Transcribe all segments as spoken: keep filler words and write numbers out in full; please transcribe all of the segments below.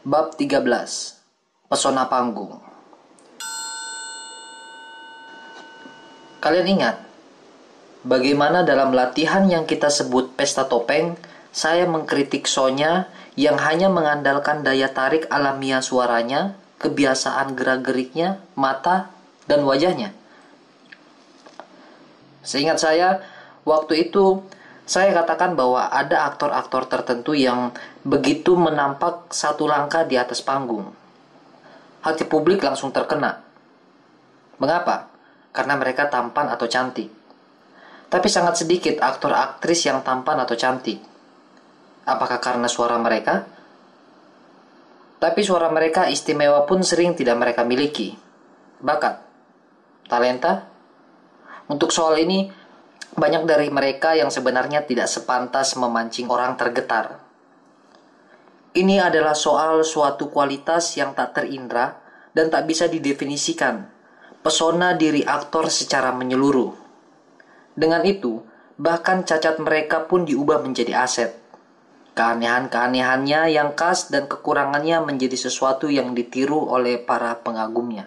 Bab tiga belas. Pesona panggung. Kalian ingat bagaimana dalam latihan yang kita sebut pesta topeng, saya mengkritik Sonya yang hanya mengandalkan daya tarik alamiah suaranya, kebiasaan gerak-geriknya, mata, dan wajahnya. Seingat saya, waktu itu saya katakan bahwa ada aktor-aktor tertentu yang begitu menampak satu langkah di atas panggung. Hati publik langsung terkena. Mengapa? Karena mereka tampan atau cantik. Tapi sangat sedikit aktor-aktris yang tampan atau cantik. Apakah karena suara mereka? Tapi suara mereka istimewa pun sering tidak mereka miliki. Bakat, talenta. Untuk soal ini, banyak dari mereka yang sebenarnya tidak sepantas memancing orang tergetar. Ini adalah soal suatu kualitas yang tak terindra dan tak bisa didefinisikan, pesona diri aktor secara menyeluruh. Dengan itu, bahkan cacat mereka pun diubah menjadi aset. Keanehan-keanehannya yang khas dan kekurangannya menjadi sesuatu yang ditiru oleh para pengagumnya.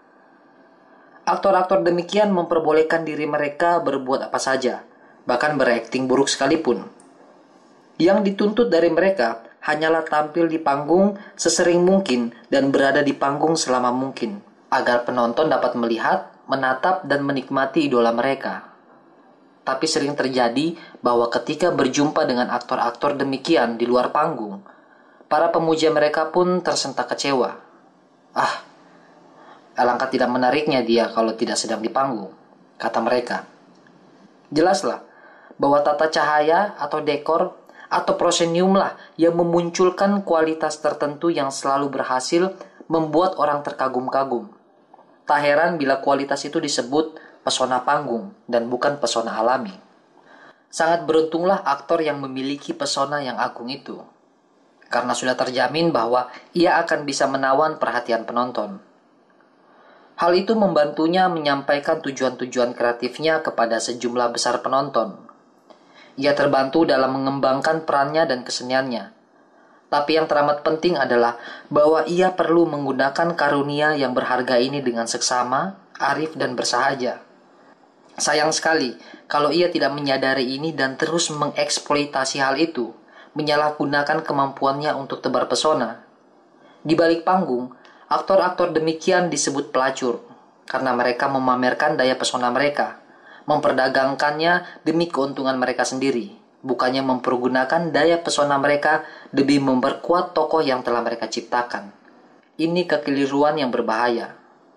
Aktor-aktor demikian memperbolehkan diri mereka berbuat apa saja, bahkan berakting buruk sekalipun. Yang dituntut dari mereka hanyalah tampil di panggung sesering mungkin dan berada di panggung selama mungkin, agar penonton dapat melihat, menatap, dan menikmati idola mereka. Tapi sering terjadi bahwa ketika berjumpa dengan aktor-aktor demikian di luar panggung, para pemuja mereka pun tersentak kecewa. Ah, alangkah tidak menariknya dia kalau tidak sedang di panggung, kata mereka. Jelaslah bahwa tata cahaya atau dekor atau prosenium lah yang memunculkan kualitas tertentu yang selalu berhasil membuat orang terkagum-kagum. Tak heran bila kualitas itu disebut pesona panggung dan bukan pesona alami. Sangat beruntunglah aktor yang memiliki pesona yang agung itu, karena sudah terjamin bahwa ia akan bisa menawan perhatian penonton. Hal itu membantunya menyampaikan tujuan-tujuan kreatifnya kepada sejumlah besar penonton. Ia terbantu dalam mengembangkan perannya dan keseniannya. Tapi yang teramat penting adalah bahwa ia perlu menggunakan karunia yang berharga ini dengan seksama, arif, dan bersahaja. Sayang sekali kalau ia tidak menyadari ini dan terus mengeksploitasi hal itu, menyalahgunakan kemampuannya untuk tebar pesona. Di balik panggung, aktor-aktor demikian disebut pelacur, karena mereka memamerkan daya pesona mereka, memperdagangkannya demi keuntungan mereka sendiri, bukannya mempergunakan daya pesona mereka demi memperkuat tokoh yang telah mereka ciptakan. Ini kekeliruan yang berbahaya.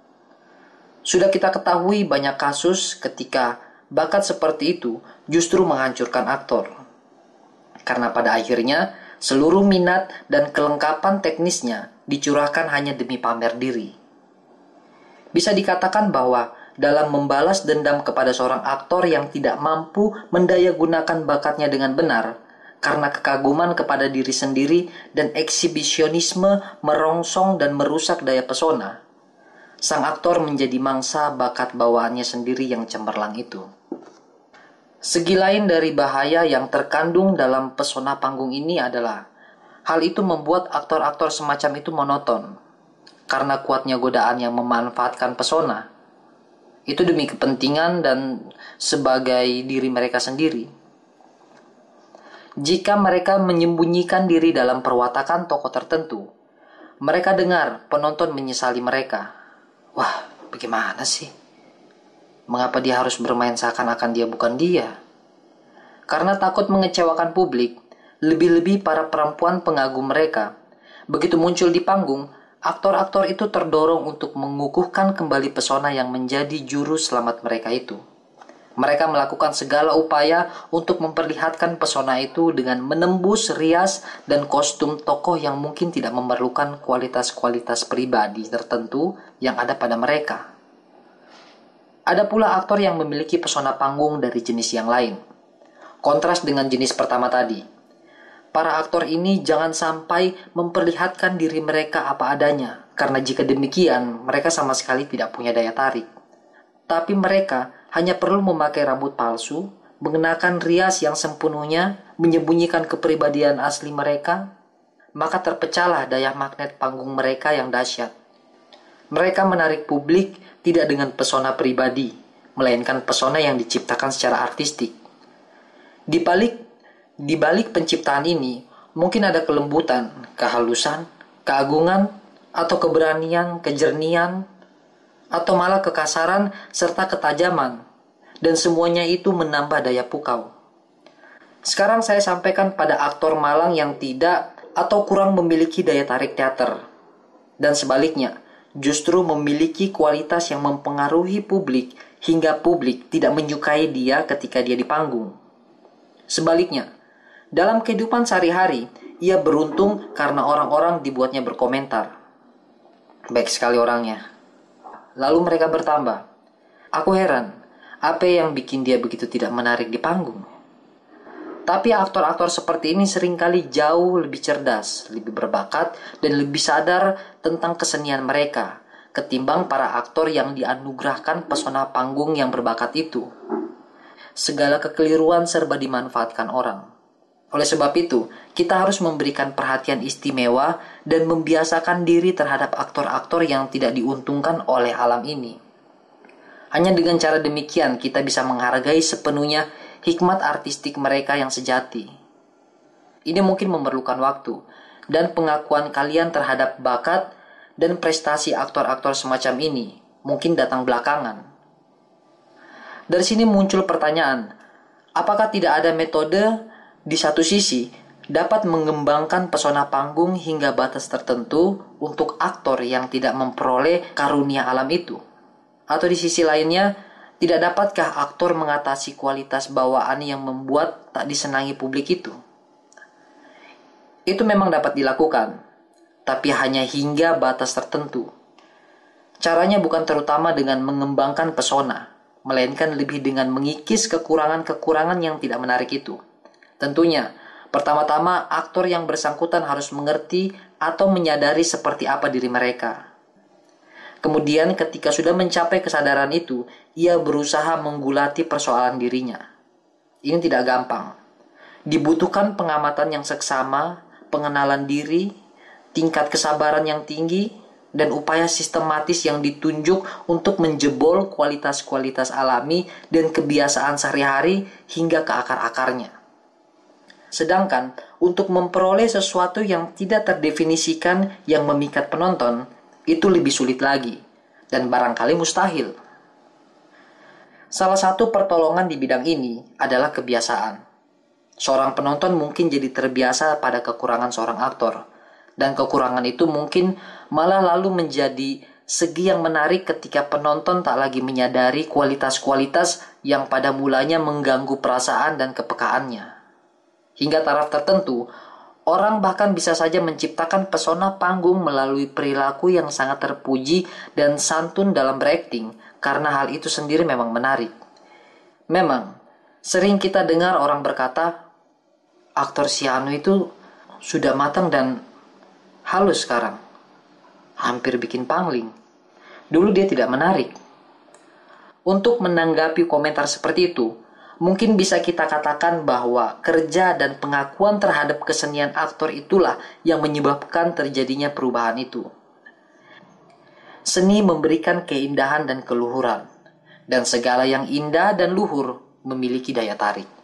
Sudah kita ketahui banyak kasus ketika bakat seperti itu justru menghancurkan aktor. Karena pada akhirnya, seluruh minat dan kelengkapan teknisnya dicurahkan hanya demi pamer diri. Bisa dikatakan bahwa dalam membalas dendam kepada seorang aktor yang tidak mampu mendayagunakan bakatnya dengan benar, karena kekaguman kepada diri sendiri dan eksibisionisme merongsong dan merusak daya pesona, sang aktor menjadi mangsa bakat bawaannya sendiri yang cemerlang itu. Segi lain dari bahaya yang terkandung dalam pesona panggung ini adalah hal itu membuat aktor-aktor semacam itu monoton, karena kuatnya godaan yang memanfaatkan pesona. Itu demi kepentingan dan sebagai diri mereka sendiri. Jika mereka menyembunyikan diri dalam perwatakan tokoh tertentu, mereka dengar penonton menyesali mereka. Wah, bagaimana sih? Mengapa dia harus bermain seakan-akan dia bukan dia? Karena takut mengecewakan publik, lebih-lebih para perempuan pengagum mereka. Begitu muncul di panggung, aktor-aktor itu terdorong untuk mengukuhkan kembali pesona yang menjadi juru selamat mereka itu. Mereka melakukan segala upaya untuk memperlihatkan pesona itu dengan menembus rias dan kostum tokoh yang mungkin tidak memerlukan kualitas-kualitas pribadi tertentu yang ada pada mereka. Ada pula aktor yang memiliki pesona panggung dari jenis yang lain. Kontras dengan jenis pertama tadi. Para aktor ini jangan sampai memperlihatkan diri mereka apa adanya, karena jika demikian, mereka sama sekali tidak punya daya tarik. Tapi mereka hanya perlu memakai rambut palsu, mengenakan rias yang sepenuhnya, menyembunyikan kepribadian asli mereka, maka terpecahlah daya magnet panggung mereka yang dahsyat. Mereka menarik publik tidak dengan pesona pribadi, melainkan pesona yang diciptakan secara artistik. Di balik, di balik penciptaan ini, mungkin ada kelembutan, kehalusan, keagungan, atau keberanian, kejernihan, atau malah kekasaran serta ketajaman, dan semuanya itu menambah daya pukau. Sekarang saya sampaikan pada aktor malang yang tidak atau kurang memiliki daya tarik teater, dan sebaliknya, justru memiliki kualitas yang mempengaruhi publik hingga publik tidak menyukai dia ketika dia di panggung. Sebaliknya, dalam kehidupan sehari-hari, ia beruntung karena orang-orang dibuatnya berkomentar. Baik sekali orangnya. Lalu mereka bertambah. Aku heran, apa yang bikin dia begitu tidak menarik di panggung? Tapi aktor-aktor seperti ini seringkali jauh lebih cerdas, lebih berbakat, dan lebih sadar tentang kesenian mereka, ketimbang para aktor yang dianugerahkan pesona panggung yang berbakat itu. Segala kekeliruan serba dimanfaatkan orang. Oleh sebab itu, kita harus memberikan perhatian istimewa dan membiasakan diri terhadap aktor-aktor yang tidak diuntungkan oleh alam ini. Hanya dengan cara demikian kita bisa menghargai sepenuhnya hikmat artistik mereka yang sejati. Ini mungkin memerlukan waktu, dan pengakuan kalian terhadap bakat dan prestasi aktor-aktor semacam ini mungkin datang belakangan. Dari sini muncul pertanyaan, apakah tidak ada metode di satu sisi dapat mengembangkan pesona panggung hingga batas tertentu untuk aktor yang tidak memperoleh karunia alam itu? Atau di sisi lainnya, tidak dapatkah aktor mengatasi kualitas bawaan yang membuat tak disenangi publik itu? Itu memang dapat dilakukan, tapi hanya hingga batas tertentu. Caranya bukan terutama dengan mengembangkan pesona, melainkan lebih dengan mengikis kekurangan-kekurangan yang tidak menarik itu. Tentunya, pertama-tama aktor yang bersangkutan harus mengerti atau menyadari seperti apa diri mereka. Kemudian ketika sudah mencapai kesadaran itu, ia berusaha menggulati persoalan dirinya. Ini tidak gampang. Dibutuhkan pengamatan yang seksama, pengenalan diri, tingkat kesabaran yang tinggi, dan upaya sistematis yang ditunjuk untuk menjebol kualitas-kualitas alami dan kebiasaan sehari-hari hingga ke akar-akarnya. Sedangkan untuk memperoleh sesuatu yang tidak terdefinisikan yang memikat penonton, itu lebih sulit lagi, dan barangkali mustahil. Salah satu pertolongan di bidang ini adalah kebiasaan. Seorang penonton mungkin jadi terbiasa pada kekurangan seorang aktor, dan kekurangan itu mungkin malah lalu menjadi segi yang menarik ketika penonton tak lagi menyadari kualitas-kualitas yang pada mulanya mengganggu perasaan dan kepekaannya. Hingga taraf tertentu, orang bahkan bisa saja menciptakan pesona panggung melalui perilaku yang sangat terpuji dan santun dalam berakting, karena hal itu sendiri memang menarik. Memang, sering kita dengar orang berkata, aktor si Anu itu sudah matang dan halus sekarang. Hampir bikin pangling. Dulu dia tidak menarik. Untuk menanggapi komentar seperti itu, mungkin bisa kita katakan bahwa kerja dan pengakuan terhadap kesenian aktor itulah yang menyebabkan terjadinya perubahan itu. Seni memberikan keindahan dan keluhuran, dan segala yang indah dan luhur memiliki daya tarik.